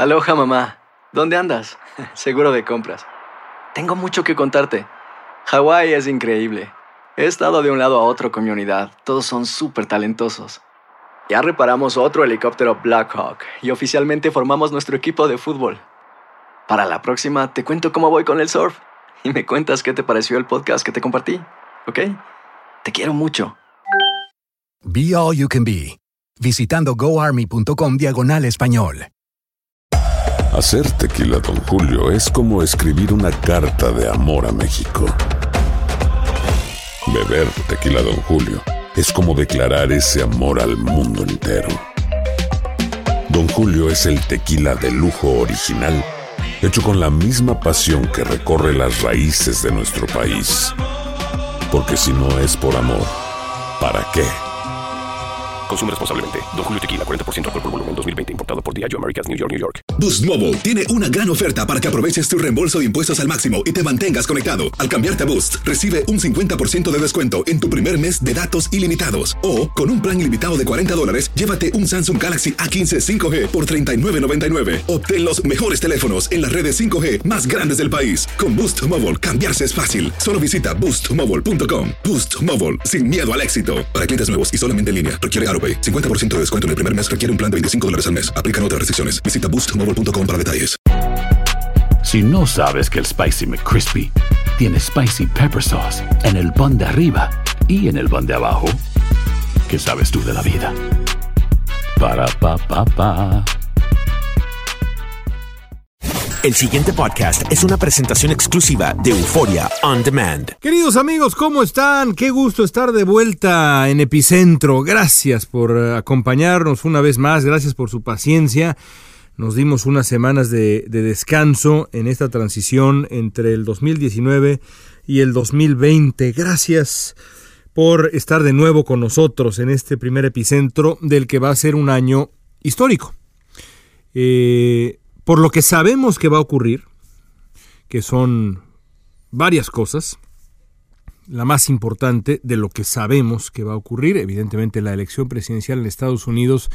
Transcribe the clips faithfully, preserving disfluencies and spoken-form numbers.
Aloha, mamá. ¿Dónde andas? Seguro de compras. Tengo mucho que contarte. Hawái es increíble. He estado de un lado a otro con mi unidad. Todos son súper talentosos. Ya reparamos otro helicóptero Blackhawk y oficialmente formamos nuestro equipo de fútbol. Para la próxima te cuento cómo voy con el surf y me cuentas qué te pareció el podcast que te compartí, ¿ok? Te quiero mucho. Be All You Can Be, visitando goarmy.com diagonal español. Hacer tequila Don Julio es como escribir una carta de amor a México. Beber tequila Don Julio es como declarar ese amor al mundo entero. Don Julio es el tequila de lujo original, hecho con la misma pasión que recorre las raíces de nuestro país. Porque si no es por amor, ¿para qué? Consume responsablemente. Don Julio Tequila, cuarenta por ciento alcohol por volumen, dos mil veinte. Importado por Diageo Americas, New York, New York. Boost Mobile tiene una gran oferta para que aproveches tu reembolso de impuestos al máximo y te mantengas conectado. Al cambiarte a Boost, recibe un cincuenta por ciento de descuento en tu primer mes de datos ilimitados. O, con un plan ilimitado de cuarenta dólares, llévate un Samsung Galaxy A quince cinco G por treinta y nueve noventa y nueve. Obtén los mejores teléfonos en las redes cinco G más grandes del país. Con Boost Mobile, cambiarse es fácil. Solo visita boost mobile punto com. Boost Mobile, sin miedo al éxito. Para clientes nuevos y solamente en línea, requiere AutoPay. cincuenta por ciento de descuento en el primer mes requiere un plan de veinticinco dólares al mes. Aplican otras restricciones. Visita boost mobile punto com para detalles. Si no sabes que el Spicy McCrispy tiene Spicy Pepper Sauce en el pan de arriba y en el pan de abajo, ¿qué sabes tú de la vida? Para, pa, pa, pa. El siguiente podcast es una presentación exclusiva de Euforia On Demand. Queridos amigos, ¿cómo están? Qué gusto estar de vuelta en Epicentro. Gracias por acompañarnos una vez más, gracias por su paciencia. Nos dimos unas semanas de, de descanso en esta transición entre el dos mil diecinueve y el dos mil veinte. Gracias por estar de nuevo con nosotros en este primer Epicentro del que va a ser un año histórico. Eh... Por lo que sabemos que va a ocurrir, que son varias cosas, la más importante de lo que sabemos que va a ocurrir, evidentemente la elección presidencial en Estados Unidos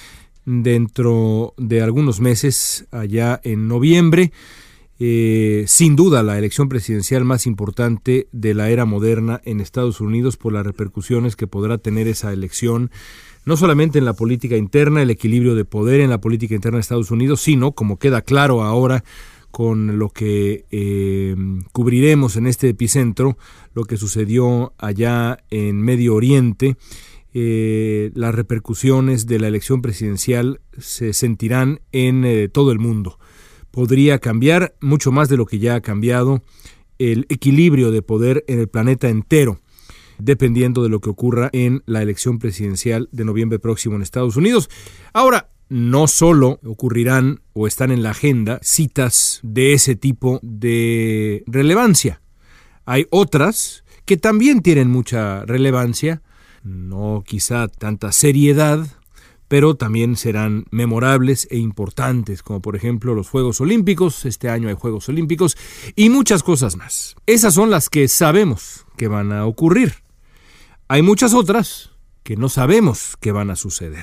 dentro de algunos meses, allá en noviembre, eh, sin duda la elección presidencial más importante de la era moderna en Estados Unidos por las repercusiones que podrá tener esa elección, no solamente en la política interna, el equilibrio de poder en la política interna de Estados Unidos, sino, como queda claro ahora con lo que eh, cubriremos en este epicentro, lo que sucedió allá en Medio Oriente, eh, las repercusiones de la elección presidencial se sentirán en eh, todo el mundo. Podría cambiar mucho más de lo que ya ha cambiado el equilibrio de poder en el planeta entero, dependiendo de lo que ocurra en la elección presidencial de noviembre próximo en Estados Unidos. Ahora, no solo ocurrirán o están en la agenda citas de ese tipo de relevancia. Hay otras que también tienen mucha relevancia, no quizá tanta seriedad, pero también serán memorables e importantes, como por ejemplo los Juegos Olímpicos. Este año hay Juegos Olímpicos y muchas cosas más. Esas son las que sabemos que van a ocurrir. Hay muchas otras que no sabemos que van a suceder.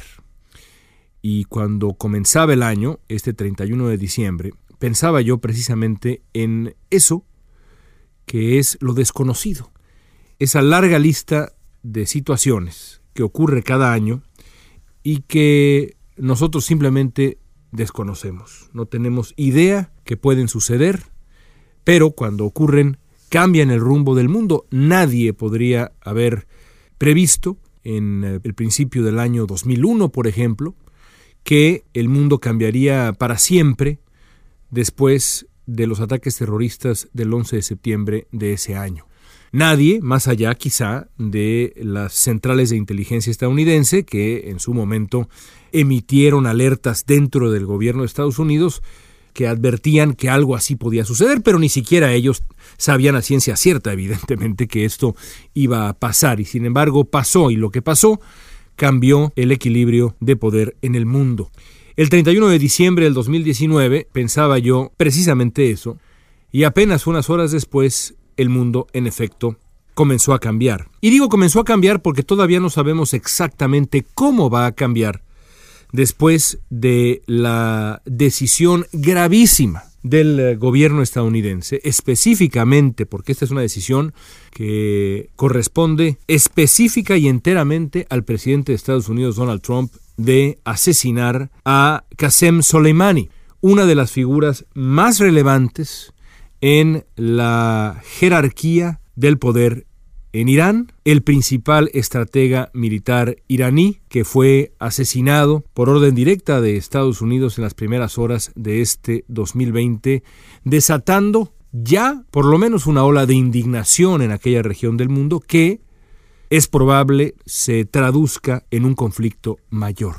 Y cuando comenzaba el año, este treinta y uno de diciembre, pensaba yo precisamente en eso que es lo desconocido. Esa larga lista de situaciones que ocurre cada año y que nosotros simplemente desconocemos. No tenemos idea que pueden suceder, pero cuando ocurren cambian el rumbo del mundo. Nadie podría haber previsto en el principio del año dos mil uno, por ejemplo, que el mundo cambiaría para siempre después de los ataques terroristas del once de septiembre de ese año. Nadie, más allá quizá de las centrales de inteligencia estadounidense, que en su momento emitieron alertas dentro del gobierno de Estados Unidos que advertían que algo así podía suceder, pero ni siquiera ellos sabían a ciencia cierta, evidentemente, que esto iba a pasar. Y sin embargo pasó, y lo que pasó cambió el equilibrio de poder en el mundo. El treinta y uno de diciembre del dos mil diecinueve pensaba yo precisamente eso, y apenas unas horas después el mundo, en efecto, comenzó a cambiar. Y digo comenzó a cambiar porque todavía no sabemos exactamente cómo va a cambiar después de la decisión gravísima del gobierno estadounidense, específicamente porque esta es una decisión que corresponde específica y enteramente al presidente de Estados Unidos, Donald Trump, de asesinar a Qasem Soleimani, una de las figuras más relevantes en la jerarquía del poder en Irán, el principal estratega militar iraní que fue asesinado por orden directa de Estados Unidos en las primeras horas de este dos mil veinte, desatando ya por lo menos una ola de indignación en aquella región del mundo que es probable se traduzca en un conflicto mayor.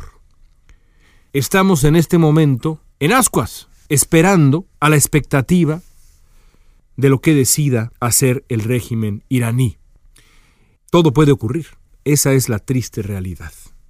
Estamos en este momento en ascuas, esperando a la expectativa de lo que decida hacer el régimen iraní. Todo puede ocurrir. Esa es la triste realidad.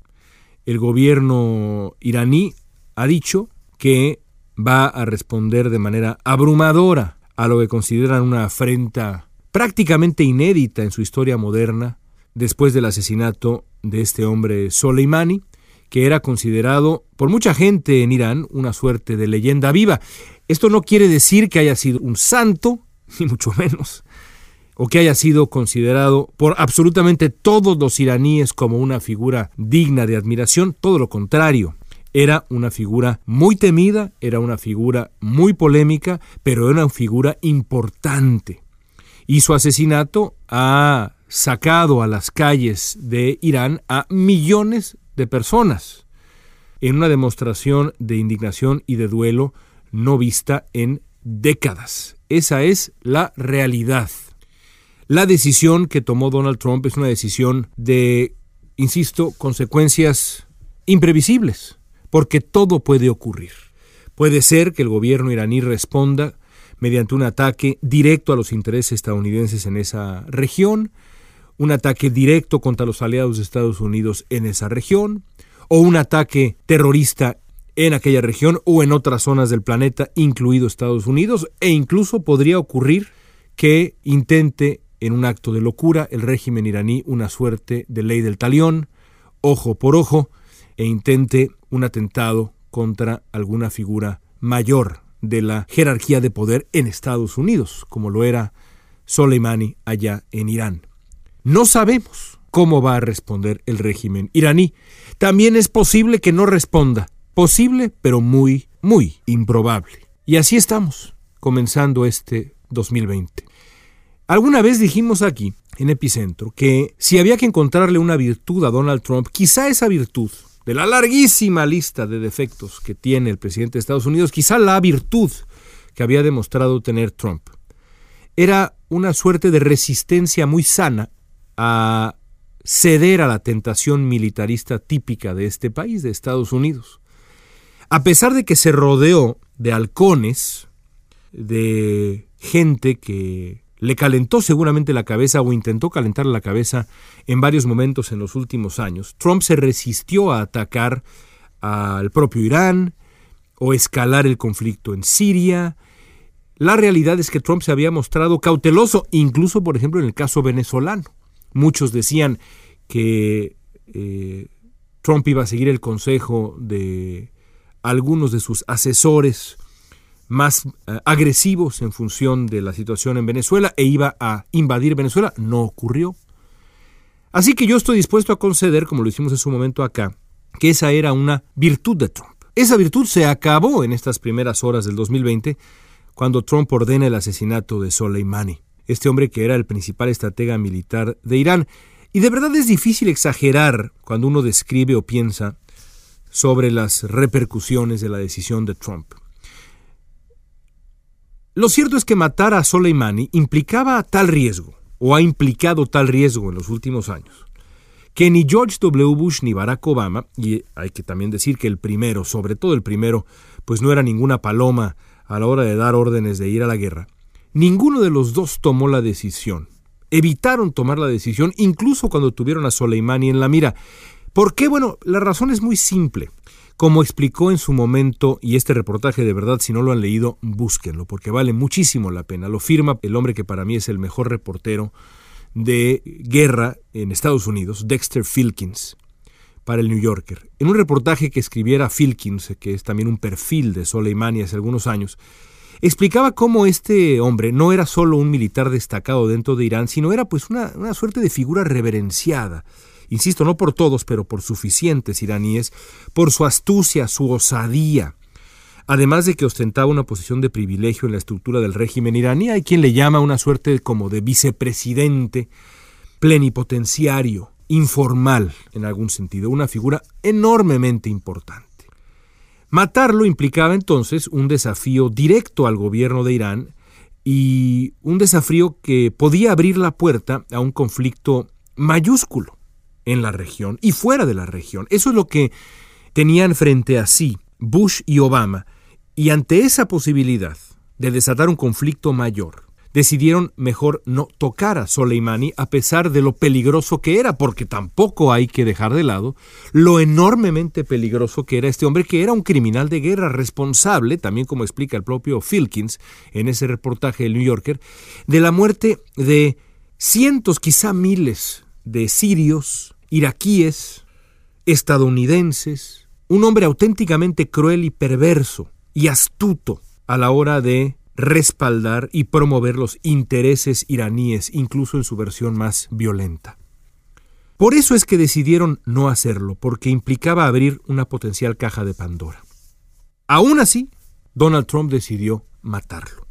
El gobierno iraní ha dicho que va a responder de manera abrumadora a lo que consideran una afrenta prácticamente inédita en su historia moderna después del asesinato de este hombre Soleimani, que era considerado por mucha gente en Irán una suerte de leyenda viva. Esto no quiere decir que haya sido un santo, ni mucho menos, o que haya sido considerado por absolutamente todos los iraníes como una figura digna de admiración. Todo lo contrario, era una figura muy temida, era una figura muy polémica, pero era una figura importante. Y su asesinato ha sacado a las calles de Irán a millones de personas, en una demostración de indignación y de duelo no vista en décadas. Esa es la realidad. La decisión que tomó Donald Trump es una decisión de, insisto, consecuencias imprevisibles, porque todo puede ocurrir. Puede ser que el gobierno iraní responda mediante un ataque directo a los intereses estadounidenses en esa región, un ataque directo contra los aliados de Estados Unidos en esa región, o un ataque terrorista en aquella región o en otras zonas del planeta, incluido Estados Unidos, e incluso podría ocurrir que intente en un acto de locura el régimen iraní una suerte de ley del talión, ojo por ojo, e intente un atentado contra alguna figura mayor de la jerarquía de poder en Estados Unidos, como lo era Soleimani allá en Irán. No sabemos cómo va a responder el régimen iraní. También es posible que no responda. Posible, pero muy, muy improbable. Y así estamos, comenzando este dos mil veinte. Alguna vez dijimos aquí, en Epicentro, que si había que encontrarle una virtud a Donald Trump, quizá esa virtud, de la larguísima lista de defectos que tiene el presidente de Estados Unidos, quizá la virtud que había demostrado tener Trump, era una suerte de resistencia muy sana a ceder a la tentación militarista típica de este país, de Estados Unidos. A pesar de que se rodeó de halcones, de gente que le calentó seguramente la cabeza o intentó calentar la cabeza en varios momentos en los últimos años, Trump se resistió a atacar al propio Irán o escalar el conflicto en Siria. La realidad es que Trump se había mostrado cauteloso, incluso, por ejemplo, en el caso venezolano. Muchos decían que eh, Trump iba a seguir el consejo de algunos de sus asesores más eh, agresivos en función de la situación en Venezuela e iba a invadir Venezuela. No ocurrió. Así que yo estoy dispuesto a conceder, como lo hicimos en su momento acá, que esa era una virtud de Trump. Esa virtud se acabó en estas primeras horas del dos mil veinte cuando Trump ordena el asesinato de Soleimani, este hombre que era el principal estratega militar de Irán. Y de verdad es difícil exagerar cuando uno describe o piensa sobre las repercusiones de la decisión de Trump. Lo cierto es que matar a Soleimani implicaba tal riesgo, o ha implicado tal riesgo en los últimos años, que ni George W. Bush ni Barack Obama, y hay que también decir que el primero, sobre todo el primero, pues no era ninguna paloma a la hora de dar órdenes de ir a la guerra, ninguno de los dos tomó la decisión. Evitaron tomar la decisión incluso cuando tuvieron a Soleimani en la mira. ¿Por qué? Bueno, la razón es muy simple. Como explicó en su momento, y este reportaje de verdad, si no lo han leído, búsquenlo, porque vale muchísimo la pena. Lo firma el hombre que para mí es el mejor reportero de guerra en Estados Unidos, Dexter Filkins. para el New Yorker. En un reportaje que escribiera Filkins, que es también un perfil de Soleimani hace algunos años, explicaba cómo este hombre no era solo un militar destacado dentro de Irán, sino era pues una, una suerte de figura reverenciada. Insisto, no por todos, pero por suficientes iraníes, por su astucia, su osadía. Además de que ostentaba una posición de privilegio en la estructura del régimen iraní, hay quien le llama una suerte como de vicepresidente plenipotenciario, informal en algún sentido, una figura enormemente importante. Matarlo implicaba entonces un desafío directo al gobierno de Irán y un desafío que podía abrir la puerta a un conflicto mayúsculo en la región y fuera de la región. Eso es lo que tenían frente a sí Bush y Obama, y ante esa posibilidad de desatar un conflicto mayor, decidieron mejor no tocar a Soleimani a pesar de lo peligroso que era, porque tampoco hay que dejar de lado lo enormemente peligroso que era este hombre, que era un criminal de guerra responsable, también como explica el propio Filkins en ese reportaje del New Yorker, de la muerte de cientos, quizá miles de sirios, iraquíes, estadounidenses, un hombre auténticamente cruel y perverso y astuto a la hora de respaldar y promover los intereses iraníes, incluso en su versión más violenta. Por eso es que decidieron no hacerlo, porque implicaba abrir una potencial caja de Pandora. Aún así, Donald Trump decidió matarlo.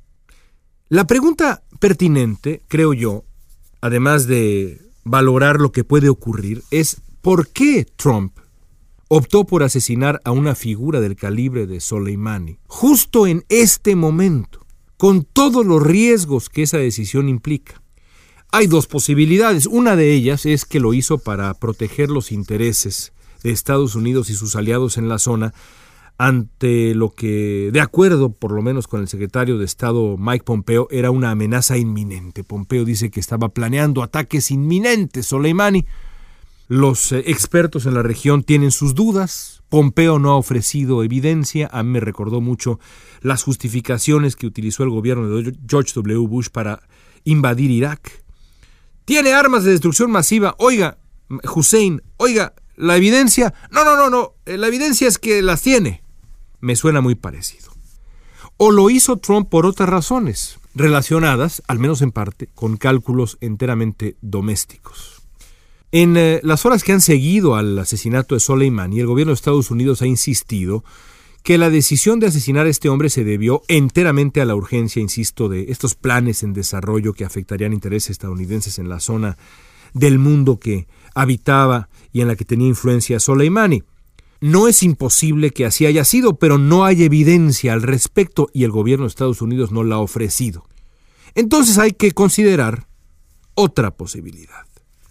La pregunta pertinente, creo yo, además de valorar lo que puede ocurrir, es ¿por qué Trump optó por asesinar a una figura del calibre de Soleimani justo en este momento, con todos los riesgos que esa decisión implica? Hay dos posibilidades. Una de ellas es que lo hizo para proteger los intereses de Estados Unidos y sus aliados en la zona ante lo que, de acuerdo por lo menos con el secretario de Estado Mike Pompeo, era una amenaza inminente. Pompeo dice que estaba planeando ataques inminentes. Soleimani, los eh, expertos en la región tienen sus dudas. Pompeo no ha ofrecido evidencia. A mí me recordó mucho las justificaciones que utilizó el gobierno de George W. Bush para invadir Irak. Tiene armas de destrucción masiva. Oiga, Hussein, oiga, la evidencia... No, no, no, no. La evidencia es que las tiene. Me suena muy parecido. O lo hizo Trump por otras razones, relacionadas, al menos en parte, con cálculos enteramente domésticos. En eh, las horas que han seguido al asesinato de Soleimani, el gobierno de Estados Unidos ha insistido que la decisión de asesinar a este hombre se debió enteramente a la urgencia, insisto, de estos planes en desarrollo que afectarían intereses estadounidenses en la zona del mundo que habitaba y en la que tenía influencia Soleimani. No es imposible que así haya sido, pero no hay evidencia al respecto y el gobierno de Estados Unidos no la ha ofrecido. Entonces hay que considerar otra posibilidad.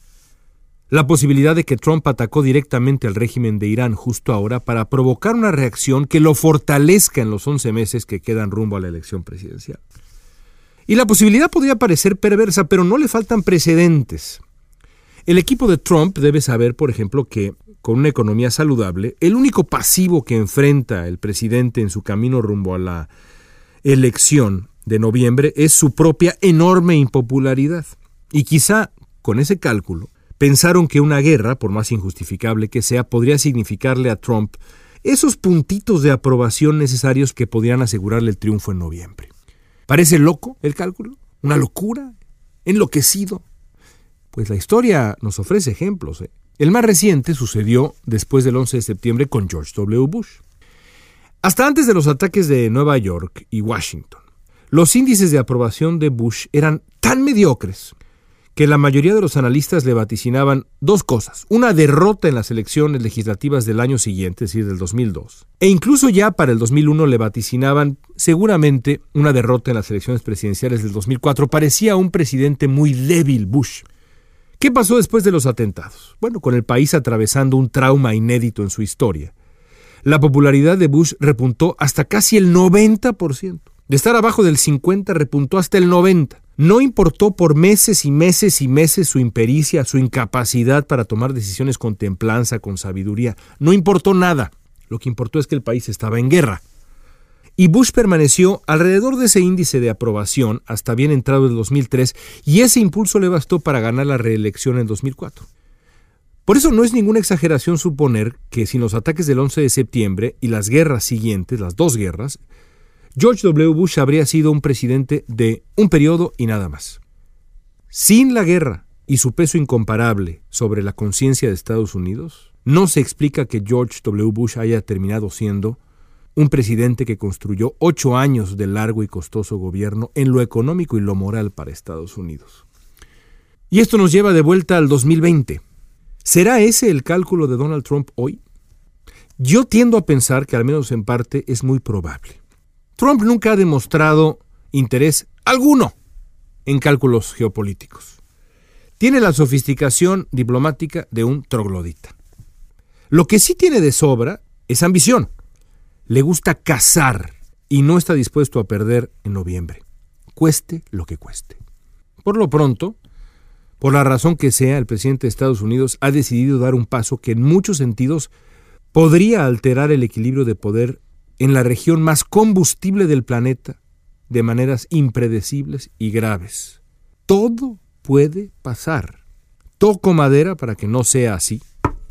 La posibilidad de que Trump atacó directamente al régimen de Irán justo ahora para provocar una reacción que lo fortalezca en los once meses que quedan rumbo a la elección presidencial. Y la posibilidad podría parecer perversa, pero no le faltan precedentes. El equipo de Trump debe saber, por ejemplo, que con una economía saludable, el único pasivo que enfrenta el presidente en su camino rumbo a la elección de noviembre es su propia enorme impopularidad. Y quizá, con ese cálculo, pensaron que una guerra, por más injustificable que sea, podría significarle a Trump esos puntitos de aprobación necesarios que podrían asegurarle el triunfo en noviembre. ¿Parece loco el cálculo? ¿Una locura? ¿Enloquecido? Pues la historia nos ofrece ejemplos. ¿eh? El más reciente sucedió después del once de septiembre con George W. Bush. Hasta antes de los ataques de Nueva York y Washington, los índices de aprobación de Bush eran tan mediocres que la mayoría de los analistas le vaticinaban dos cosas: una derrota en las elecciones legislativas del año siguiente, es decir, del dos mil dos, e incluso ya para el dos mil uno le vaticinaban seguramente una derrota en las elecciones presidenciales del dos mil cuatro. Parecía un presidente muy débil, Bush. ¿Qué pasó después de los atentados? Bueno, con el país atravesando un trauma inédito en su historia, la popularidad de Bush repuntó hasta casi el noventa por ciento. De estar abajo del cincuenta, repuntó hasta el noventa por ciento. No importó por meses y meses y meses su impericia, su incapacidad para tomar decisiones con templanza, con sabiduría. No importó nada. Lo que importó es que el país estaba en guerra. Y Bush permaneció alrededor de ese índice de aprobación hasta bien entrado el dos mil tres, y ese impulso le bastó para ganar la reelección en dos mil cuatro. Por eso no es ninguna exageración suponer que sin los ataques del once de septiembre y las guerras siguientes, las dos guerras, George doble u. Bush habría sido un presidente de un periodo y nada más. Sin la guerra y su peso incomparable sobre la conciencia de Estados Unidos, no se explica que George doble u. Bush haya terminado siendo un presidente que construyó ocho años de largo y costoso gobierno en lo económico y lo moral para Estados Unidos. Y esto nos lleva de vuelta al dos mil veinte. ¿Será ese el cálculo de Donald Trump hoy? Yo tiendo a pensar que al menos en parte es muy probable. Trump nunca ha demostrado interés alguno en cálculos geopolíticos. Tiene la sofisticación diplomática de un troglodita. Lo que sí tiene de sobra es ambición. Le gusta cazar y no está dispuesto a perder en noviembre, cueste lo que cueste. Por lo pronto, por la razón que sea, el presidente de Estados Unidos ha decidido dar un paso que en muchos sentidos podría alterar el equilibrio de poder en la región más combustible del planeta de maneras impredecibles y graves. Todo puede pasar. Toco madera para que no sea así.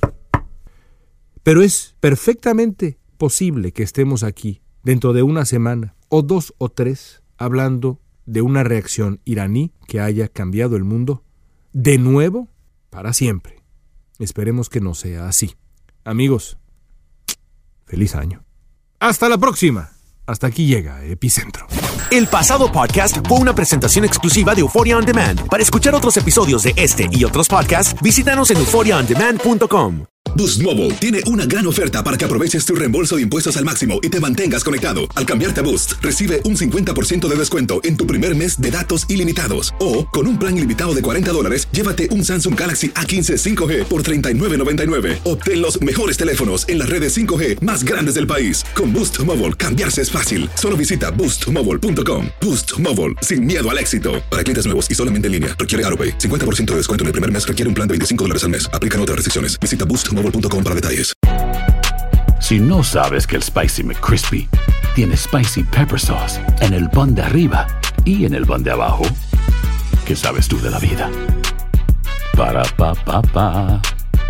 Pero es perfectamente posible que estemos aquí dentro de una semana o dos o tres hablando de una reacción iraní que haya cambiado el mundo de nuevo para siempre. Esperemos que no sea así. Amigos, feliz año. Hasta la próxima. Hasta aquí llega Epicentro. El pasado podcast fue una presentación exclusiva de Euphoria On Demand. Para escuchar otros episodios de este y otros podcasts, visítanos en euphoria on demand punto com. Boost Mobile tiene una gran oferta para que aproveches tu reembolso de impuestos al máximo y te mantengas conectado. Al cambiarte a Boost, recibe un cincuenta por ciento de descuento en tu primer mes de datos ilimitados. O, con un plan ilimitado de cuarenta dólares, llévate un Samsung Galaxy A quince cinco G por treinta y nueve noventa y nueve. Obtén los mejores teléfonos en las redes cinco G más grandes del país. Con Boost Mobile, cambiarse es fácil. Solo visita boost mobile punto com. Boost Mobile, sin miedo al éxito. Para clientes nuevos y solamente en línea, requiere AutoPay. cincuenta por ciento de descuento en el primer mes, requiere un plan de veinticinco dólares al mes. Aplican otras restricciones. Visita boost mobile punto com para detalles. Si no sabes que el Spicy McCrispy tiene Spicy Pepper Sauce en el pan de arriba y en el pan de abajo, ¿qué sabes tú de la vida? Para, pa, pa, pa.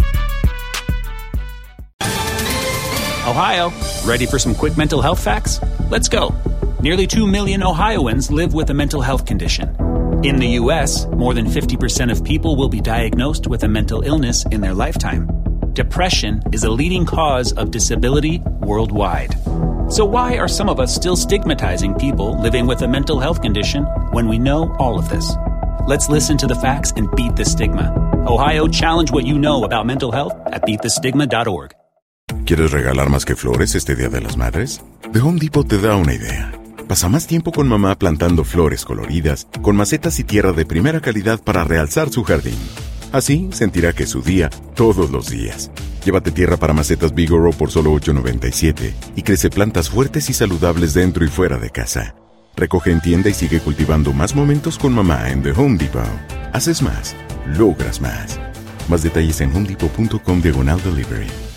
Ohio, ready for some quick mental health facts? Let's go. Nearly two million Ohioans live with a mental health condition. In the U S, more than fifty percent of people will be diagnosed with a mental illness in their lifetime. Depression is a leading cause of disability worldwide. So why are some of us still stigmatizing people living with a mental health condition when we know all of this? Let's listen to the facts and beat the stigma. Ohio, challenge what you know about mental health at beat the stigma dot org. ¿Quieres regalar más que flores este Día de las Madres? The Home Depot te da una idea. Pasa más tiempo con mamá plantando flores coloridas, con macetas y tierra de primera calidad para realzar su jardín. Así sentirá que es su día todos los días. Llévate tierra para macetas Bigoro por solo ocho noventa y siete y crece plantas fuertes y saludables dentro y fuera de casa. Recoge en tienda y sigue cultivando más momentos con mamá en The Home Depot. Haces más, logras más. Más detalles en home depot punto com diagonal delivery.